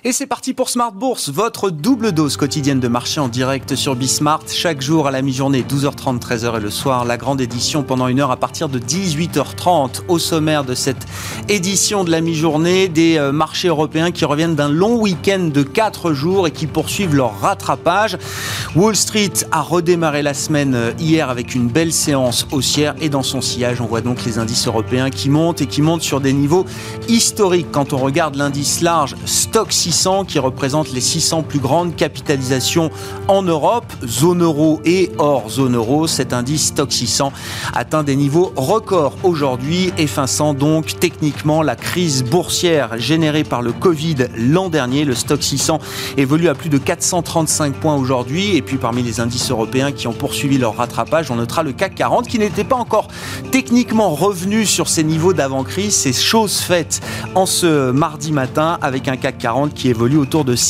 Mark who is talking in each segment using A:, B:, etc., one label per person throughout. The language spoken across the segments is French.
A: Et c'est parti pour Smart Bourse, votre double dose quotidienne de marché en direct sur Bismart. Chaque jour à la mi-journée, 12h30, 13h et le soir, la grande édition pendant une heure à partir de 18h30. Au sommaire de cette édition de la mi-journée, des marchés européens qui reviennent d'un long week-end de 4 jours et qui poursuivent leur rattrapage. Wall Street a redémarré la semaine hier avec une belle séance haussière et dans son sillage, on voit donc les indices européens qui montent et qui montent sur des niveaux historiques. Quand on regarde l'indice large Stoxx 600 qui représente les 600 plus grandes capitalisations en Europe, zone euro et hors zone euro, cet indice Stoxx 600 atteint des niveaux records aujourd'hui, effaçant donc techniquement la crise boursière générée par le Covid l'an dernier. Le Stoxx 600 évolue à plus de 435 points aujourd'hui et puis parmi les indices européens qui ont poursuivi leur rattrapage, on notera le CAC 40 qui n'était pas encore techniquement revenu sur ses niveaux d'avant-crise. C'est chose faite en ce mardi matin avec un CAC 40 qui évolue autour de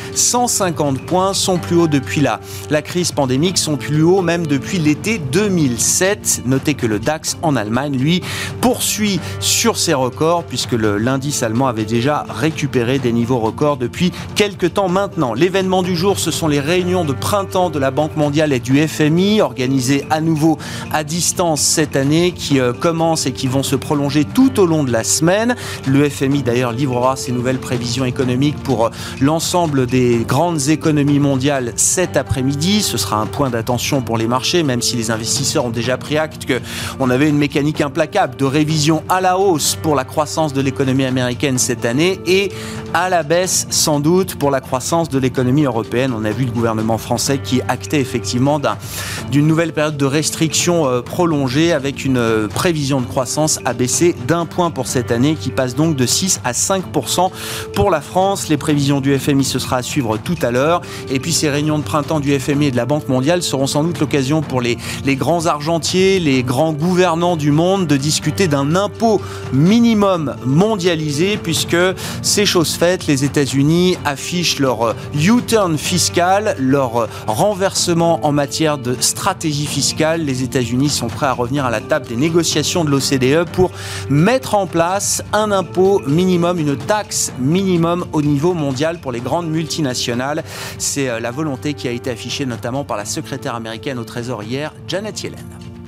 A: 6150 points, son plus haut depuis la crise pandémique, son plus haut même depuis l'été 2007. Notez que le DAX en Allemagne, lui, poursuit sur ses records puisque l'indice allemand avait déjà récupéré des niveaux records depuis quelques temps maintenant. L'événement du jour, ce sont les réunions de printemps de la Banque mondiale et du FMI, organisées à nouveau à distance cette année, qui commencent et qui vont se prolonger tout au long de la semaine. Le FMI d'ailleurs livrera ses nouvelles prévisions économiques pour l'ensemble des grandes économies mondiales cet après-midi. Ce sera un point d'attention pour les marchés, même si les investisseurs ont déjà pris acte qu'on avait une mécanique implacable de révision à la hausse pour la croissance de l'économie américaine cette année et à la baisse sans doute pour la croissance de l'économie européenne. On a vu le gouvernement français qui actait effectivement d'une nouvelle période de restriction prolongée avec une prévision de croissance abaissée d'1 point pour cette année qui passe donc de 6 à 5% pour la France. Les prévisions du FMI, ce sera à suivre tout à l'heure. Et puis ces réunions de printemps du FMI et de la Banque mondiale seront sans doute l'occasion pour les grands argentiers, les grands gouvernants du monde de discuter d'un impôt minimum mondialisé puisque c'est chose faite. Les États-Unis affichent leur U-turn fiscal, leur renversement en matière de stratégie fiscale. Les États-Unis sont prêts à revenir à la table des négociations de l'OCDE pour mettre en place un impôt minimum, une taxe minimum au niveau mondial pour les grandes multinationales. C'est la volonté qui a été affichée notamment par la secrétaire américaine au Trésor hier, Janet Yellen.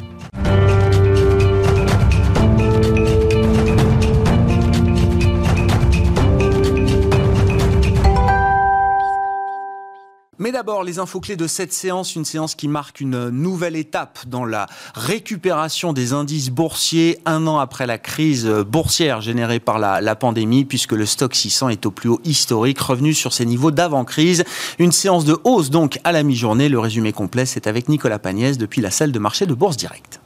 A: Mais d'abord, les infos clés de cette séance, une séance qui marque une nouvelle étape dans la récupération des indices boursiers un an après la crise boursière générée par la pandémie, puisque le Stoxx 600 est au plus haut historique, revenu sur ses niveaux d'avant-crise. Une séance de hausse donc à la mi-journée. Le résumé complet, c'est avec Nicolas Pagnès depuis la salle de marché de Bourse Direct.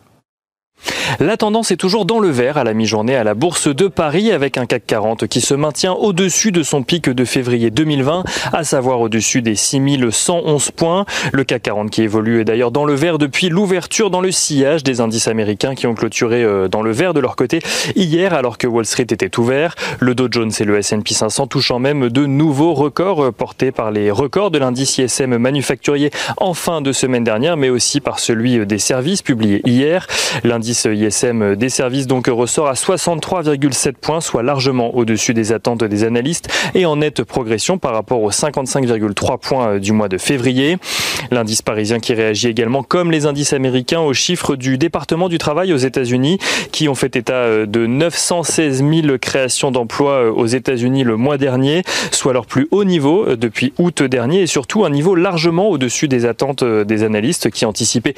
B: La tendance est toujours dans le vert à la mi-journée à la Bourse de Paris avec un CAC 40 qui se maintient au-dessus de son pic de février 2020, à savoir au-dessus des 6111 points. Le CAC 40 qui évolue d'ailleurs dans le vert depuis l'ouverture dans le sillage des indices américains qui ont clôturé dans le vert de leur côté hier alors que Wall Street était ouvert. Le Dow Jones et le S&P 500 touchant même de nouveaux records portés par les records de l'indice ISM manufacturier en fin de semaine dernière, mais aussi par celui des services publié hier. L'indice ISM des services donc ressort à 63,7 points, soit largement au-dessus des attentes des analystes et en nette progression par rapport aux 55,3 points du mois de février. L'indice parisien qui réagit également comme les indices américains aux chiffres du département du travail aux États-Unis qui ont fait état de 916 000 créations d'emplois aux États-Unis le mois dernier, soit leur plus haut niveau depuis août dernier et surtout un niveau largement au-dessus des attentes des analystes qui anticipaient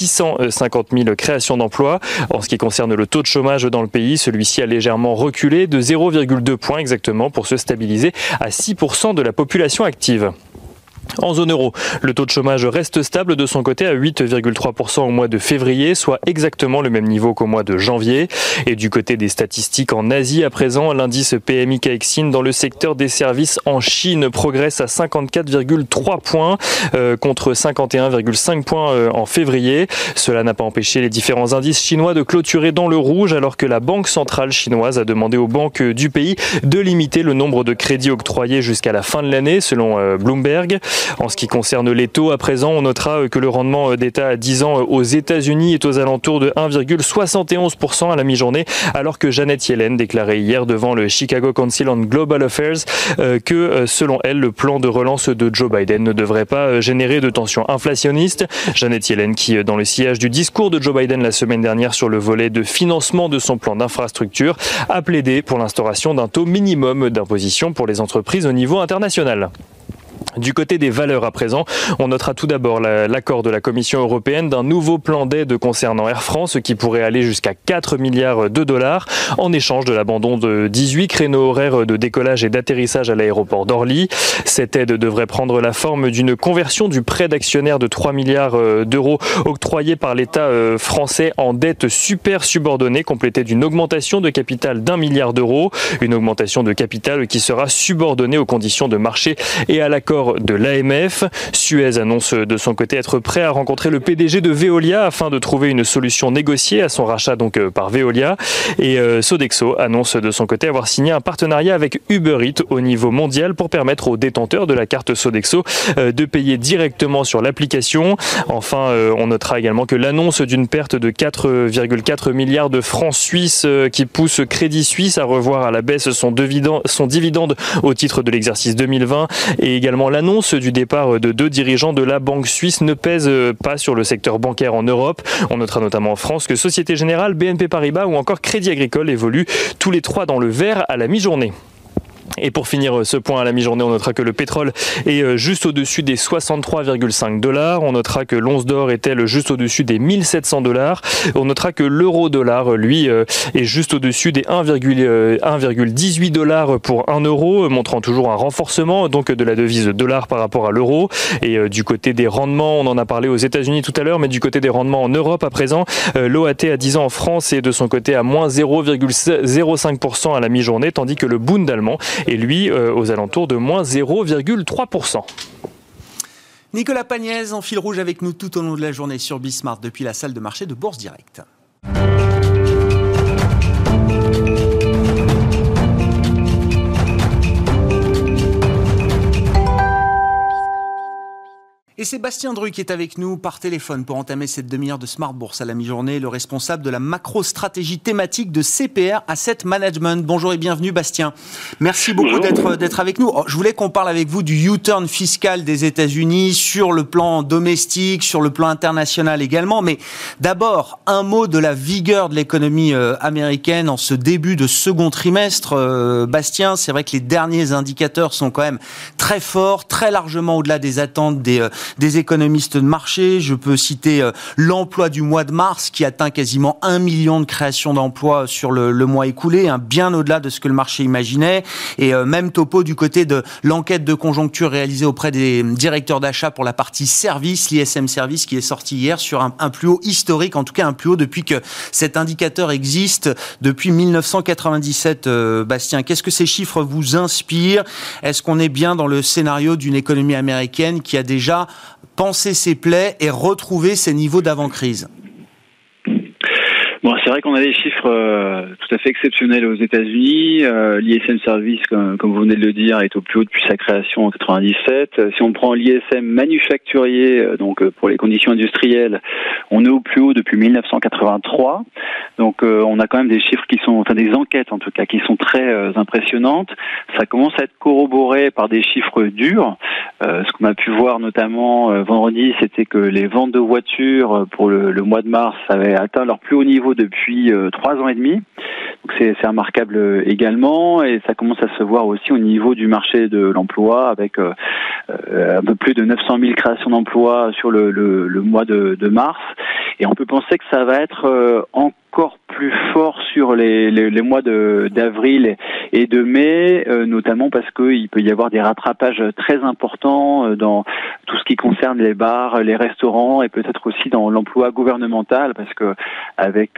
B: 650 000 créations d'emplois. En ce qui concerne le taux de chômage dans le pays, celui-ci a légèrement reculé de 0,2 points exactement pour se stabiliser à 6% de la population active. En zone euro, le taux de chômage reste stable de son côté à 8,3% au mois de février, soit exactement le même niveau qu'au mois de janvier. Et du côté des statistiques en Asie, à présent, l'indice PMI Caixin dans le secteur des services en Chine progresse à 54,3 points contre 51,5 points en février. Cela n'a pas empêché les différents indices chinois de clôturer dans le rouge alors que la Banque centrale chinoise a demandé aux banques du pays de limiter le nombre de crédits octroyés jusqu'à la fin de l'année selon Bloomberg. En ce qui concerne les taux, à présent, on notera que le rendement d'État à 10 ans aux États-Unis est aux alentours de 1,71% à la mi-journée, alors que Janet Yellen déclarait hier devant le Chicago Council on Global Affairs que, selon elle, le plan de relance de Joe Biden ne devrait pas générer de tensions inflationnistes. Janet Yellen qui, dans le sillage du discours de Joe Biden la semaine dernière sur le volet de financement de son plan d'infrastructure, a plaidé pour l'instauration d'un taux minimum d'imposition pour les entreprises au niveau international. Du côté des valeurs à présent, on notera tout d'abord l'accord de la Commission européenne d'un nouveau plan d'aide concernant Air France qui pourrait aller jusqu'à 4 milliards de dollars en échange de l'abandon de 18 créneaux horaires de décollage et d'atterrissage à l'aéroport d'Orly. Cette aide devrait prendre la forme d'une conversion du prêt d'actionnaire de 3 milliards d'euros octroyé par l'État français en dette super subordonnée, complétée d'une augmentation de capital d'1 milliard d'euros. Une augmentation de capital qui sera subordonnée aux conditions de marché et à l'accord de l'AMF. Suez annonce de son côté être prêt à rencontrer le PDG de Veolia afin de trouver une solution négociée à son rachat donc par Veolia. Et Sodexo annonce de son côté avoir signé un partenariat avec Uber Eats au niveau mondial pour permettre aux détenteurs de la carte Sodexo de payer directement sur l'application. Enfin, on notera également que l'annonce d'une perte de 4,4 milliards de francs suisses qui pousse Crédit Suisse à revoir à la baisse son dividende au titre de l'exercice 2020 et également l'annonce du départ de 2 dirigeants de la Banque suisse ne pèse pas sur le secteur bancaire en Europe. On notera notamment en France que Société Générale, BNP Paribas ou encore Crédit Agricole évoluent tous les 3 dans le vert à la mi-journée. Et pour finir ce point à la mi-journée, on notera que le pétrole est juste au-dessus des 63,5 $. On notera que l'once d'or est elle juste au-dessus des 1700 $. On notera que l'euro-dollar, lui, est juste au-dessus des 1,18 $ pour 1 euro, montrant toujours un renforcement donc de la devise dollar par rapport à l'euro. Et du côté des rendements, on en a parlé aux États-Unis tout à l'heure, mais du côté des rendements en Europe à présent, l'OAT à 10 ans en France est de son côté à moins 0,05% à la mi-journée, tandis que le Bund allemand et lui aux alentours de moins 0,3%.
A: Nicolas Pagnès en fil rouge avec nous tout au long de la journée sur Bismart depuis la salle de marché de Bourse Direct. Et Sébastien Druck est avec nous par téléphone pour entamer cette demi-heure de Smart Bourse à la mi-journée, le responsable de la macro-stratégie thématique de CPR Asset Management. Bonjour et bienvenue Bastien. Merci beaucoup d'être avec nous. Je voulais qu'on parle avec vous du U-turn fiscal des États-Unis sur le plan domestique, sur le plan international également. Mais d'abord, un mot de la vigueur de l'économie américaine en ce début de second trimestre. Bastien, c'est vrai que les derniers indicateurs sont quand même très forts, très largement au-delà des attentes des économistes de marché. Je peux citer l'emploi du mois de mars qui atteint quasiment 1 million de créations d'emplois sur le mois écoulé, bien au-delà de ce que le marché imaginait. Et même topo du côté de l'enquête de conjoncture réalisée auprès des directeurs d'achat pour la partie service, l'ISM Service, qui est sorti hier sur un plus haut historique, en tout cas un plus haut depuis que cet indicateur existe depuis 1997. Bastien, qu'est-ce que ces chiffres vous inspirent ? Est-ce qu'on est bien dans le scénario d'une économie américaine qui a déjà penser ses plaies et retrouver ses niveaux d'avant-crise?
C: Bon, c'est vrai qu'on a des chiffres tout à fait exceptionnels aux États-Unis. L'ISM Service, comme vous venez de le dire, est au plus haut depuis sa création en 97. Si on prend l'ISM manufacturier, donc pour les conditions industrielles, on est au plus haut depuis 1983. Donc on a quand même des chiffres qui sont, enfin des enquêtes en tout cas, qui sont très impressionnantes. Ça commence à être corroboré par des chiffres durs. Ce qu'on a pu voir notamment vendredi, c'était que les ventes de voitures pour le mois de mars avaient atteint leur plus haut niveau depuis 3 ans et demi. Donc c'est remarquable également, et ça commence à se voir aussi au niveau du marché de l'emploi avec un peu plus de 900 000 créations d'emplois sur le mois de mars. Et on peut penser que ça va être encore plus fort sur les mois d'avril et de mai, notamment parce qu'il peut y avoir des rattrapages très importants dans tout ce qui concerne les bars, les restaurants et peut-être aussi dans l'emploi gouvernemental, parce que avec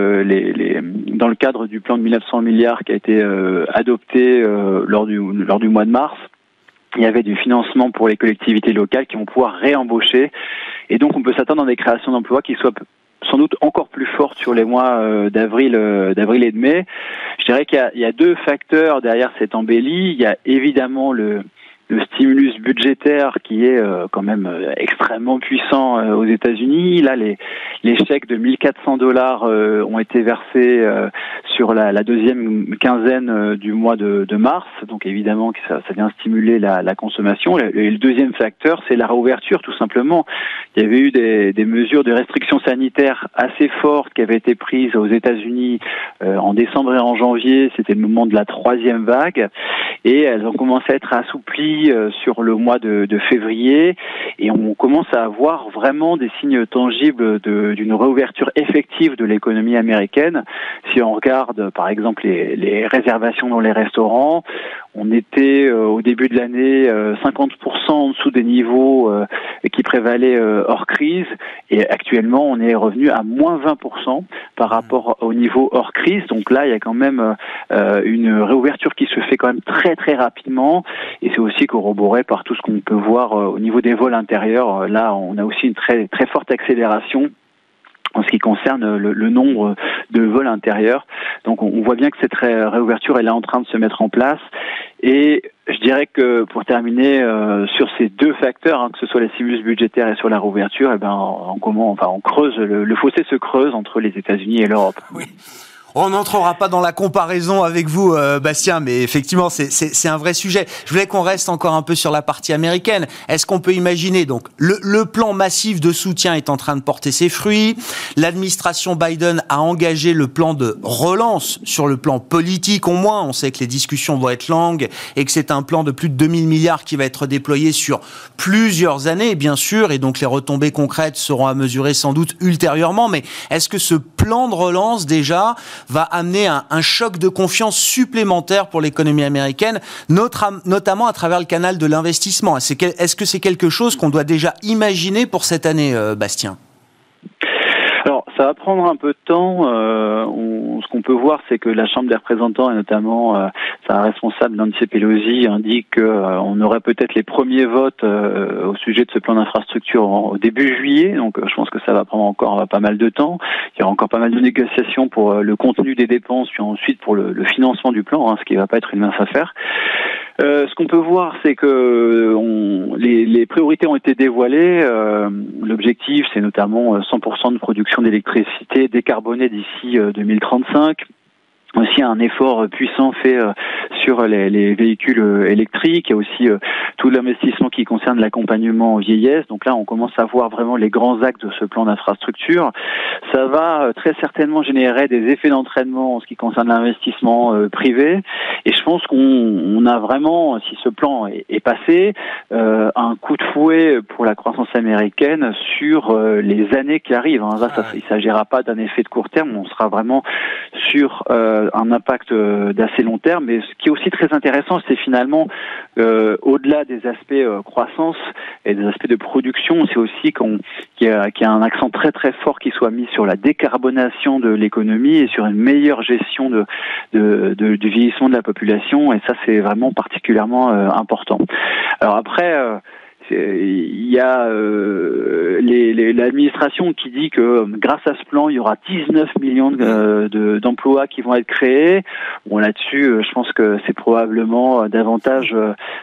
C: dans le cadre du plan de 1900 milliards qui a été adopté lors du mois de mars, il y avait du financement pour les collectivités locales qui vont pouvoir réembaucher, et donc on peut s'attendre à des créations d'emplois qui soient sans doute encore plus fortes sur les mois d'avril et de mai. Je dirais qu'il y a 2 facteurs derrière cette embellie. Il y a évidemment le le stimulus budgétaire qui est quand même extrêmement puissant aux États-Unis. Là, les chèques de $1 400 ont été versés sur la deuxième quinzaine du mois de mars. Donc évidemment que ça vient stimuler la consommation. Et le deuxième facteur, c'est la réouverture, tout simplement. Il y avait eu des mesures de restrictions sanitaires assez fortes qui avaient été prises aux États-Unis en décembre et en janvier. C'était le moment de la troisième vague. Et elles ont commencé à être assouplies sur le mois de février, et on commence à avoir vraiment des signes tangibles d'une réouverture effective de l'économie américaine. Si on regarde par exemple les réservations dans les restaurants, on était au début de l'année 50% en dessous des niveaux qui prévalaient hors crise, et actuellement on est revenu à moins 20% par rapport au niveau hors crise. Donc là il y a quand même une réouverture qui se fait quand même très très rapidement, et c'est aussi corroboré par tout ce qu'on peut voir au niveau des vols intérieurs. Là on a aussi une très très forte accélération en ce qui concerne le nombre de vols intérieurs. Donc on voit bien que cette réouverture elle est en train de se mettre en place. Et je dirais que pour terminer sur ces deux facteurs, que ce soit les stimulus budgétaires et sur la réouverture, on creuse le fossé se creuse entre les États-Unis et l'Europe.
A: Oui. On n'entrera pas dans la comparaison avec vous, Bastien, mais effectivement, c'est un vrai sujet. Je voulais qu'on reste encore un peu sur la partie américaine. Est-ce qu'on peut imaginer, donc, le plan massif de soutien est en train de porter ses fruits. L'administration Biden a engagé le plan de relance sur le plan politique, au moins. On sait que les discussions vont être longues et que c'est un plan de plus de 2000 milliards qui va être déployé sur plusieurs années, bien sûr, et donc les retombées concrètes seront à mesurer sans doute ultérieurement. Mais est-ce que ce plan de relance, déjà, va amener un choc de confiance supplémentaire pour l'économie américaine, notamment à travers le canal de l'investissement? Est-ce que c'est quelque chose qu'on doit déjà imaginer pour cette année, Bastien?
C: Alors, ça va prendre un peu de temps. Ce qu'on peut voir, c'est que la Chambre des représentants, et notamment sa responsable Nancy Pelosi, indique qu'on aurait peut-être les premiers votes au sujet de ce plan d'infrastructure au début juillet. Donc, je pense que ça va prendre encore pas mal de temps. Il y aura encore pas mal de négociations pour le contenu des dépenses, puis ensuite pour le financement du plan, ce qui ne va pas être une mince affaire. Ce qu'on peut voir, c'est que les priorités ont été dévoilées. L'objectif, c'est notamment 100% de production d'électricité décarbonée d'ici 2035. Aussi un effort puissant fait sur les véhicules électriques. Il y a aussi tout l'investissement qui concerne l'accompagnement vieillesse. Donc là, on commence à voir vraiment les grands axes de ce plan d'infrastructure. Ça va très certainement générer des effets d'entraînement en ce qui concerne l'investissement privé. Et je pense qu'on a vraiment, si ce plan est passé, un coup de fouet pour la croissance américaine sur les années qui arrivent. Il ne s'agira pas d'un effet de court terme. On sera vraiment sur un impact d'assez long terme. Mais ce qui est aussi très intéressant, c'est finalement, au-delà des aspects croissance et des aspects de production, c'est aussi qu'il y a un accent très très fort qui soit mis sur la décarbonation de l'économie et sur une meilleure gestion du vieillissement de la population. Et ça, c'est vraiment particulièrement important. Alors après, il y a l'administration qui dit que grâce à ce plan, il y aura 19 millions d'emplois qui vont être créés. Bon, là-dessus, je pense que c'est probablement davantage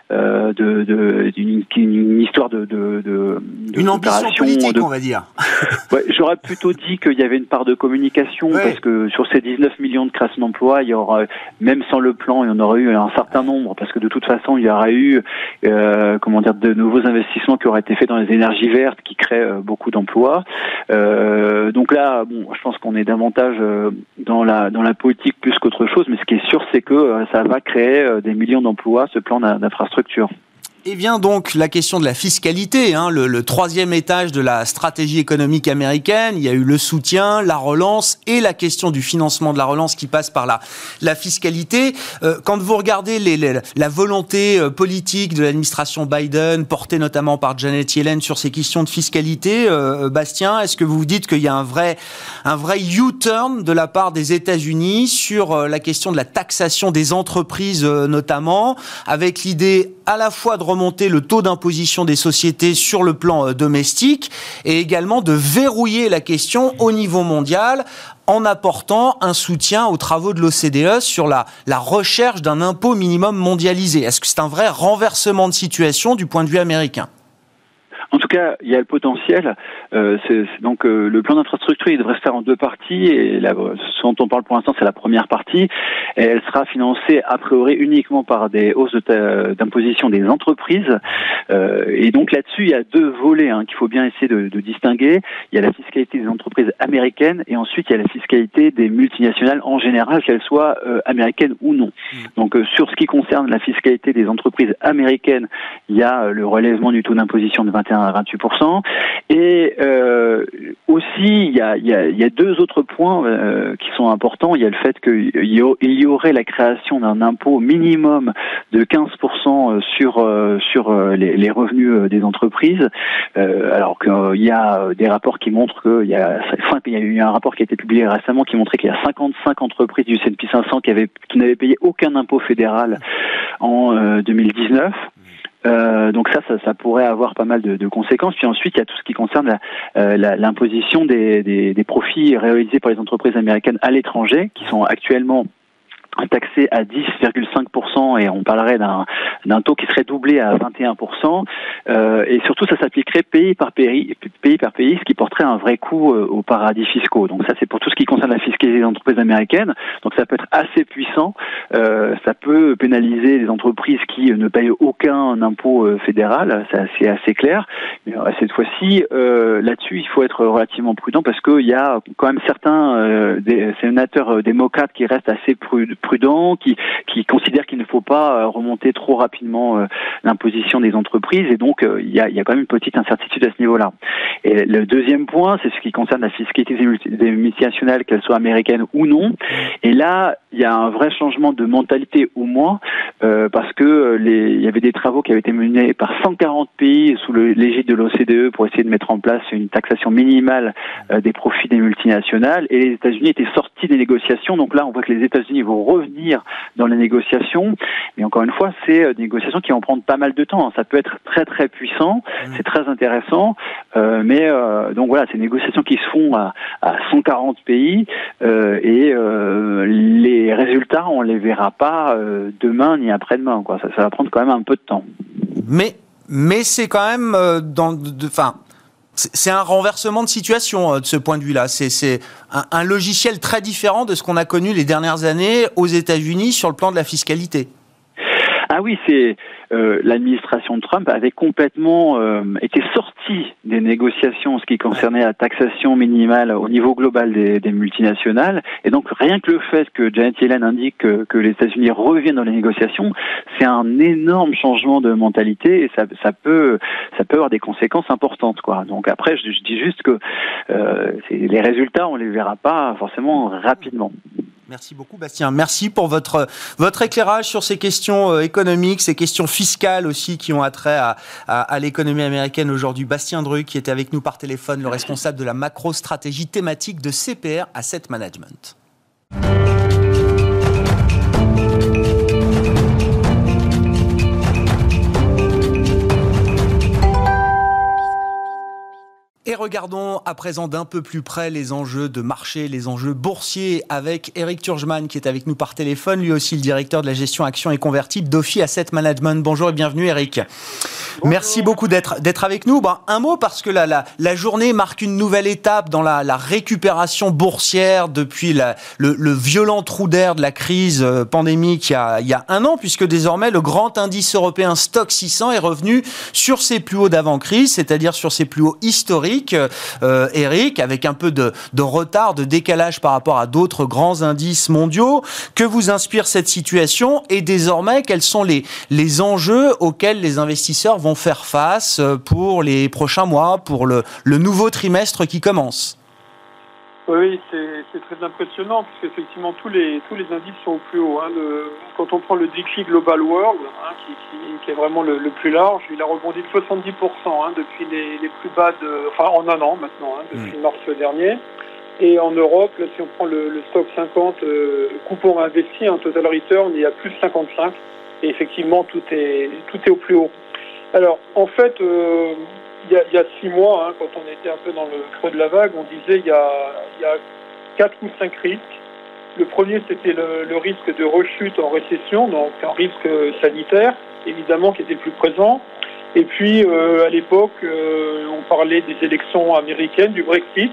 C: d'une histoire
A: une ambition politique, on va dire.
C: Ouais, j'aurais plutôt dit qu'il y avait une part de communication, parce que sur ces 19 millions de créations d'emplois, il y aura, même sans le plan, il y en aurait eu un certain nombre, parce que de toute façon, il y aura eu de nouveaux investissements qui auraient été faits dans les énergies vertes qui créent beaucoup d'emplois. Donc là, je pense qu'on est davantage dans la politique plus qu'autre chose, mais ce qui est sûr, c'est que ça va créer des millions d'emplois, ce plan d'infrastructure.
A: Et vient donc la question de la fiscalité, le troisième étage de la stratégie économique américaine. Il y a eu le soutien, la relance et la question du financement de la relance qui passe par la fiscalité. Quand vous regardez la volonté politique de l'administration Biden, portée notamment par Janet Yellen sur ces questions de fiscalité, Bastien, est-ce que vous vous dites qu'il y a un vrai U-turn de la part des États-Unis sur la question de la taxation des entreprises notamment, avec l'idée à la fois de remonter le taux d'imposition des sociétés sur le plan domestique et également de verrouiller la question au niveau mondial en apportant un soutien aux travaux de l'OCDE sur la recherche d'un impôt minimum mondialisé. Est-ce que c'est un vrai renversement de situation du point de vue américain ?
C: En tout cas, il y a le potentiel. Donc le plan d'infrastructure, il devrait se faire en deux parties. Et ce dont on parle pour l'instant, c'est la première partie. Et elle sera financée a priori uniquement par des hausses d'imposition des entreprises. Et donc là-dessus, il y a deux volets qu'il faut bien essayer de distinguer. Il y a la fiscalité des entreprises américaines et ensuite il y a la fiscalité des multinationales en général, qu'elles soient américaines ou non. Donc sur ce qui concerne la fiscalité des entreprises américaines, il y a le relèvement du taux d'imposition de 21 à 28%. Et aussi, il y a deux autres points qui sont importants. Il y a le fait qu'il y aurait la création d'un impôt minimum de 15% sur les revenus des entreprises. Alors qu'il y a des rapports qui montrent il y a eu un rapport qui a été publié récemment qui montrait qu'il y a 55 entreprises du S&P 500 qui n'avaient payé aucun impôt fédéral en 2019. Donc ça pourrait avoir pas mal de conséquences. Puis ensuite, il y a tout ce qui concerne l'imposition des profits réalisés par les entreprises américaines à l'étranger, qui sont actuellement taxé à 10,5% et on parlerait d'un taux qui serait doublé à 21%. Et surtout, ça s'appliquerait pays par pays, ce qui porterait un vrai coup aux paradis fiscaux. Donc ça, c'est pour tout ce qui concerne la fiscalité des entreprises américaines. Donc ça peut être assez puissant. Ça peut pénaliser les entreprises qui ne payent aucun impôt fédéral. C'est assez clair. Mais cette fois-ci, là-dessus, il faut être relativement prudent parce qu'il y a quand même certains sénateurs démocrates qui restent assez prudents, qui considèrent qu'il ne faut pas remonter trop rapidement l'imposition des entreprises et donc il y a quand même une petite incertitude à ce niveau-là. Et le deuxième point, c'est ce qui concerne la fiscalité des multinationales, qu'elles soient américaines ou non. Et là, il y a un vrai changement de mentalité au moins parce que il y avait des travaux qui avaient été menés par 140 pays sous l'égide de l'OCDE pour essayer de mettre en place une taxation minimale des profits des multinationales et les États-Unis étaient sortis des négociations. Donc là, on voit que les États-Unis vont revenir dans les négociations. Mais encore une fois, c'est des négociations qui vont prendre pas mal de temps. Ça peut être très très puissant, c'est très intéressant. Mais donc voilà, c'est des négociations qui se font à 140 pays et les résultats, on les verra pas demain ni après-demain, quoi. Ça va prendre quand même un peu de temps.
A: Mais c'est quand même c'est un renversement de situation de ce point de vue-là. C'est un logiciel très différent de ce qu'on a connu les dernières années aux États-Unis sur le plan de la fiscalité.
C: Ah oui, c'est l'administration de Trump avait complètement été sortie des négociations en ce qui concernait la taxation minimale au niveau global des multinationales. Et donc rien que le fait que Janet Yellen indique que les États-Unis reviennent dans les négociations, c'est un énorme changement de mentalité et ça peut avoir des conséquences importantes, quoi. Donc après, je dis juste que les résultats, on les verra pas forcément rapidement.
A: Merci beaucoup, Bastien. Merci pour votre éclairage sur ces questions économiques, ces questions fiscales aussi qui ont attrait à l'économie américaine aujourd'hui. Bastien Druck, qui était avec nous par téléphone, le responsable de la macro-stratégie thématique de CPR Asset Management. Et regardons à présent d'un peu plus près les enjeux de marché, les enjeux boursiers avec Eric Turgeman qui est avec nous par téléphone, lui aussi le directeur de la gestion actions et convertibles d'Ophi Asset Management. Bonjour et bienvenue Eric. Bonjour. Merci beaucoup d'être avec nous. Un mot parce que la journée marque une nouvelle étape dans la récupération boursière depuis le violent trou d'air de la crise pandémique il y a un an, puisque désormais le grand indice européen Stoxx 600 est revenu sur ses plus hauts d'avant-crise, c'est-à-dire sur ses plus hauts historiques. Eric, avec un peu de retard, de décalage par rapport à d'autres grands indices mondiaux. Que vous inspire cette situation et désormais, quels sont les enjeux auxquels les investisseurs vont faire face pour les prochains mois, pour le nouveau trimestre qui commence?
D: Oui, c'est très impressionnant parce qu'effectivement tous les indices sont au plus haut. Quand on prend le DXY Global World, qui est vraiment le plus large, il a rebondi de 70% depuis les plus bas en un an maintenant, depuis mars dernier. Et en Europe, là, si on prend le Stoxx 50 coupon investi, un total return, il y a plus 55. et effectivement tout est au plus haut. Alors en fait, il y a 6 mois, quand on était un peu dans le creux de la vague, on disait il y a 4 ou 5 risques. Le premier, c'était le risque de rechute en récession, donc un risque sanitaire, évidemment, qui était plus présent. Et puis, à l'époque, on parlait des élections américaines, du Brexit,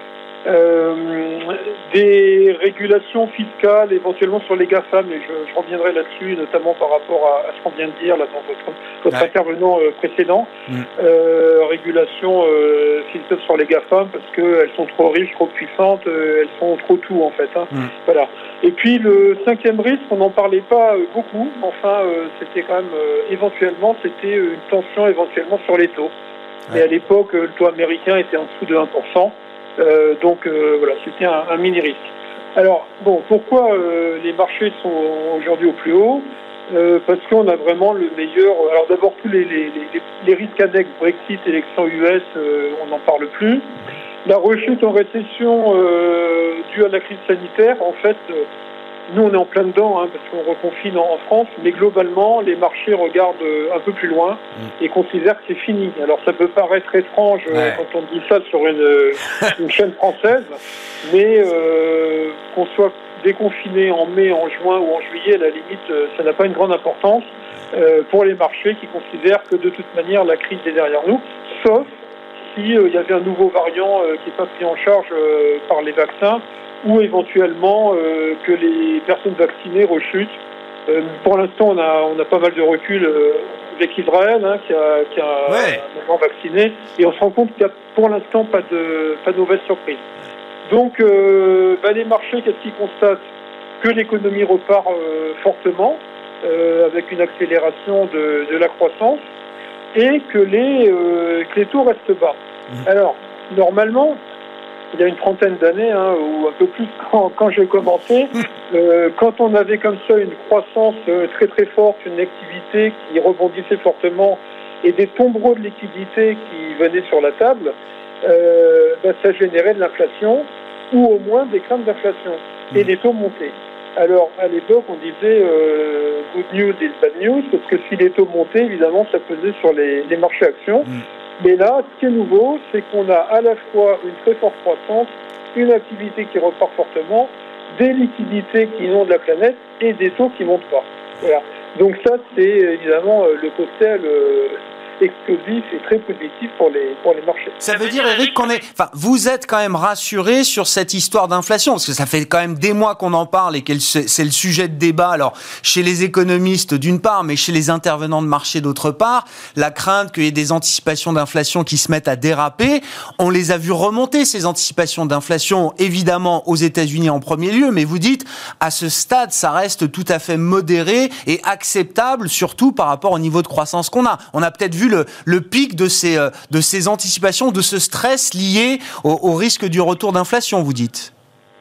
D: des régulations fiscales éventuellement sur les GAFAM, et je reviendrai là-dessus, notamment par rapport à ce qu'on vient de dire là, dans votre intervenant précédent. Régulations fiscales sur les GAFAM parce qu'elles sont trop riches, trop puissantes, elles sont trop tout en fait. Voilà. Et puis le 5e risque, on n'en parlait pas beaucoup, enfin c'était quand même éventuellement, c'était une tension éventuellement sur les taux. Et à l'époque, le taux américain était en dessous de 1%. Donc voilà, c'était un mini-risque. Alors, bon, pourquoi les marchés sont aujourd'hui au plus haut ? Parce qu'on a vraiment le meilleur... Alors d'abord, tous les risques annexes, Brexit, élections US, on n'en parle plus. La rechute en récession due à la crise sanitaire, en fait, nous on est en plein dedans, parce qu'on reconfine en France, mais globalement, les marchés regardent un peu plus loin et considèrent que c'est fini. Alors ça peut paraître étrange quand on dit ça sur une chaîne française, mais qu'on soit déconfiné en mai, en juin ou en juillet, à la limite, ça n'a pas une grande importance pour les marchés qui considèrent que de toute manière, la crise est derrière nous, sauf s'il y avait un nouveau variant qui n'est pas pris en charge par les vaccins, ou éventuellement que les personnes vaccinées rechutent. Pour l'instant, on a pas mal de recul avec Israël, qui a un vacciné, et on se rend compte qu'il n'y a pour l'instant pas de nouvelles surprises. Donc, les marchés, qu'est-ce qu'ils constatent ? Que l'économie repart fortement, avec une accélération de la croissance, et que les taux restent bas. Alors, normalement, il y a une trentaine d'années, ou un peu plus quand j'ai commencé, quand on avait comme ça une croissance très très forte, une activité qui rebondissait fortement et des tombereaux de liquidités qui venaient sur la table, ça générait de l'inflation ou au moins des craintes d'inflation et des taux montés. Alors à l'époque on disait good news is bad news parce que si les taux montaient évidemment ça pesait sur les marchés actions. Mais là, ce qui est nouveau, c'est qu'on a à la fois une très forte croissance, une activité qui repart fortement, des liquidités qui inondent la planète et des taux qui ne montent pas. Voilà. Donc ça, c'est évidemment le cocktail explosif et très positif pour les marchés.
A: Ça veut dire, Eric, vous êtes quand même rassuré sur cette histoire d'inflation, parce que ça fait quand même des mois qu'on en parle et que c'est le sujet de débat, alors chez les économistes d'une part, mais chez les intervenants de marché d'autre part, la crainte qu'il y ait des anticipations d'inflation qui se mettent à déraper. On les a vues remonter, ces anticipations d'inflation, évidemment aux États-Unis en premier lieu, mais vous dites, à ce stade, ça reste tout à fait modéré et acceptable, surtout par rapport au niveau de croissance qu'on a. On a peut-être vu le pic de ces anticipations, de ce stress lié au risque du retour d'inflation, vous dites ?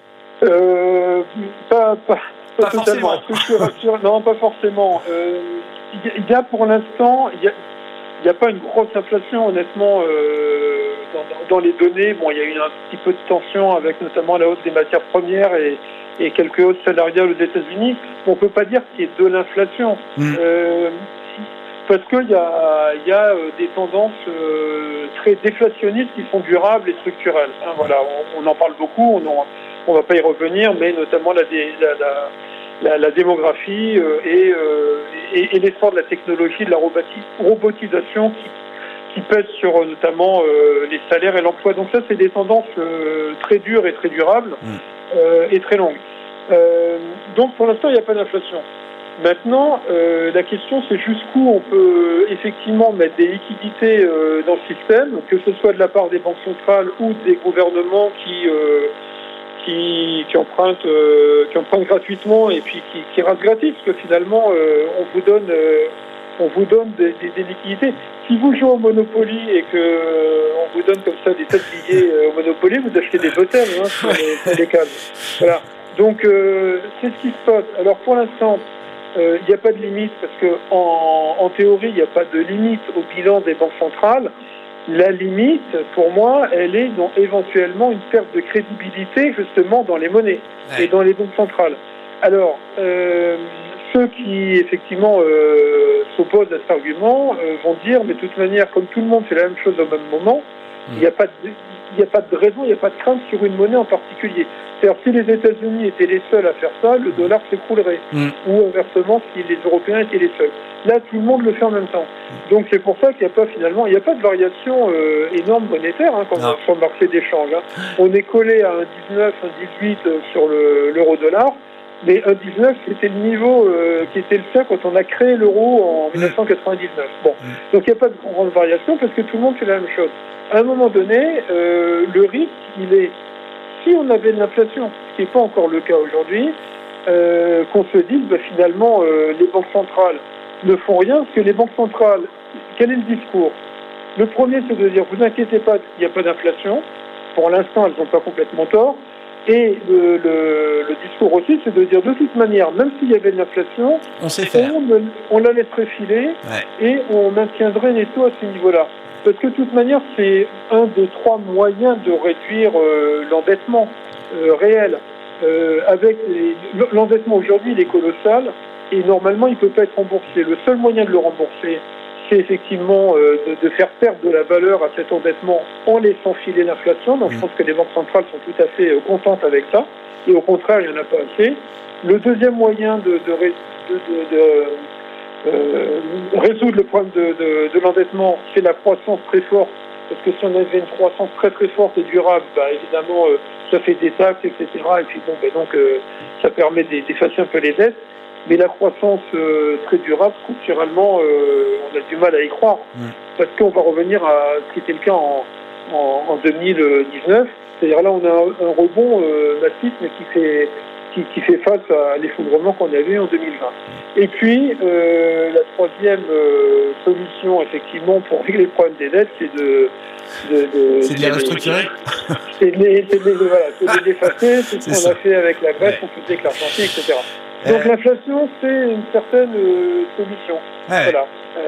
D: Pas totalement. Non, pas forcément. Il y a pour l'instant, il n'y a pas une grosse inflation, honnêtement, dans les données. Bon, il y a eu un petit peu de tension avec notamment la hausse des matières premières et quelques hausses salariales aux États-Unis. On ne peut pas dire qu'il y ait de l'inflation. Parce qu'il y a des tendances très déflationnistes qui sont durables et structurelles. Voilà, on en parle beaucoup, on va pas y revenir, mais notamment la démographie et l'essor de la technologie, de la robotisation qui pèse sur notamment les salaires et l'emploi. Donc ça, c'est des tendances très dures et très durables et très longues. Donc pour l'instant, il n'y a pas d'inflation. Maintenant, la question c'est jusqu'où on peut effectivement mettre des liquidités dans le système, que ce soit de la part des banques centrales ou des gouvernements qui empruntent gratuitement et puis qui restent gratis, parce que finalement on vous donne des liquidités. Si vous jouez au Monopoly et que on vous donne comme ça des tas de billets au Monopoly, vous achetez des hôtels sur les cases. Voilà. Donc c'est ce qui se passe. Alors pour l'instant, il n'y a pas de limite parce que en théorie, il n'y a pas de limite au bilan des banques centrales. La limite, pour moi, elle est dans éventuellement une perte de crédibilité justement dans les monnaies et dans les banques centrales. Alors, ceux qui effectivement s'opposent à cet argument vont dire, mais de toute manière, comme tout le monde fait la même chose au même moment, il n'y a pas de raison, il n'y a pas de crainte sur une monnaie en particulier. C'est-à-dire, si les États-Unis étaient les seuls à faire ça, le dollar s'écroulerait. Ou inversement, si les Européens étaient les seuls. Là, tout le monde le fait en même temps. Donc, c'est pour ça qu'il n'y a pas finalement, il n'y a pas de variation énorme monétaire sur le marché d'échange. On est collé à 1,19, 1,18 sur l'euro-dollar. Mais 1,19, c'était le niveau qui était le sien quand on a créé l'euro en 1999. Bon, donc il n'y a pas de grande variation parce que tout le monde fait la même chose. À un moment donné, le risque, il est, si on avait de l'inflation, ce qui n'est pas encore le cas aujourd'hui, qu'on se dise, finalement, les banques centrales ne font rien, parce que les banques centrales, quel est le discours? Le premier, c'est de dire, vous inquiétez pas, il n'y a pas d'inflation. Pour l'instant, elles n'ont pas complètement tort. Et le discours aussi, c'est de dire, de toute manière, même s'il y avait de l'inflation, on la laisserait filer et on maintiendrait les taux à ce niveau-là. Parce que de toute manière, c'est un des 3 moyens de réduire l'endettement réel. L'endettement aujourd'hui, il est colossal et normalement, il ne peut pas être remboursé. Le seul moyen de le rembourser, c'est effectivement de faire perdre de la valeur à cet endettement en laissant filer l'inflation. Donc je pense que les banques centrales sont tout à fait contentes avec ça. Et au contraire, il n'y en a pas assez. Le deuxième moyen de résoudre le problème de l'endettement, c'est la croissance très forte. Parce que si on avait une croissance très très forte et durable, évidemment, ça fait des taxes, etc. Et puis donc ça permet d'effacer un peu les dettes. Mais la croissance très durable, structurellement, on a du mal à y croire. Parce qu'on va revenir à ce qui était le cas en 2019. C'est-à-dire là, on a un rebond massif, mais qui fait face à l'effondrement qu'on a vu en 2020. Et puis, la troisième solution, effectivement, pour régler le problème des dettes, c'est de
A: les restructurer.
D: C'est de les effacer. C'est ce qu'on a fait avec la Grèce, on faisait avec l'Argentine, etc. Donc l'inflation, c'est une certaine solution. Voilà.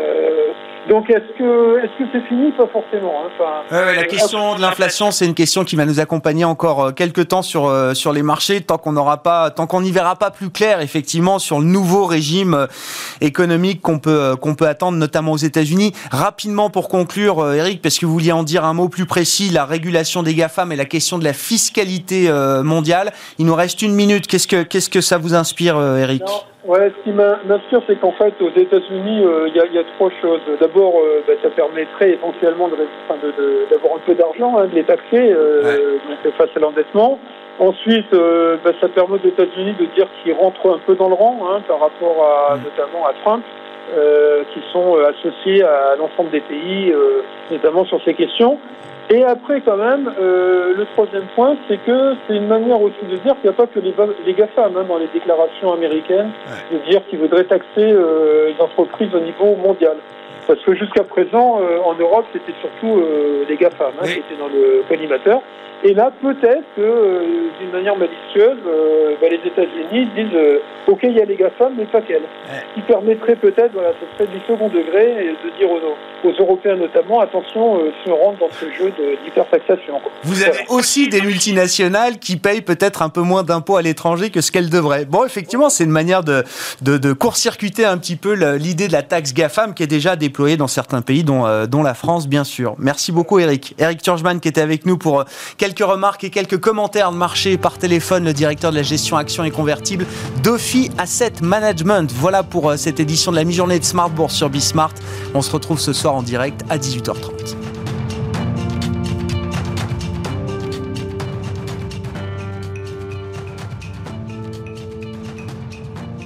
D: Donc est-ce que c'est fini? Pas forcément.
A: La question de l'inflation, c'est une question qui va nous accompagner encore quelques temps sur les marchés, tant qu'on n'y verra pas plus clair effectivement sur le nouveau régime économique qu'on peut attendre, notamment aux États-Unis. Rapidement pour conclure, Eric, parce que vous vouliez en dire un mot plus précis, la régulation des GAFAM et la question de la fiscalité mondiale. Il nous reste 1 minute. Qu'est-ce que ça vous inspire, Eric?
D: Ce qui m'inspire, c'est qu'en fait, aux États-Unis, il y a 3 choses. D'abord, ça permettrait éventuellement d'avoir un peu d'argent, de les taxer face à l'endettement. Ensuite, ça permet aux États-Unis de dire qu'ils rentrent un peu dans le rang par rapport notamment à Trump, qui sont associés à l'ensemble des pays, notamment sur ces questions. Et après, quand même, le troisième point, c'est que c'est une manière aussi de dire qu'il n'y a pas que les GAFAM dans les déclarations américaines, de dire qu'ils voudraient taxer les entreprises au niveau mondial. Parce que jusqu'à présent, en Europe, c'était surtout les GAFAM qui étaient dans le collimateur. Et là, peut-être que, d'une manière malicieuse, les États-Unis disent OK, il y a les GAFAM, mais pas qu'elles. Ce qui permettrait peut-être, ce serait du second degré, et de dire aux Européens notamment, attention, si on rentre dans ce jeu d'hypertaxation.
A: Vous avez aussi des multinationales qui payent peut-être un peu moins d'impôts à l'étranger que ce qu'elles devraient. Bon, effectivement, c'est une manière de court-circuiter un petit peu l'idée de la taxe GAFAM qui est déjà déployée dans certains pays, dont la France, bien sûr. Merci beaucoup, Eric. Eric Turgeman qui était avec nous pour quelques remarques et quelques commentaires de marché par téléphone, le directeur de la gestion actions et convertibles d'Ophi Asset Management. Voilà pour cette édition de la mi-journée de Smart Bourse sur Bismart. On se retrouve ce soir en direct à 18h30.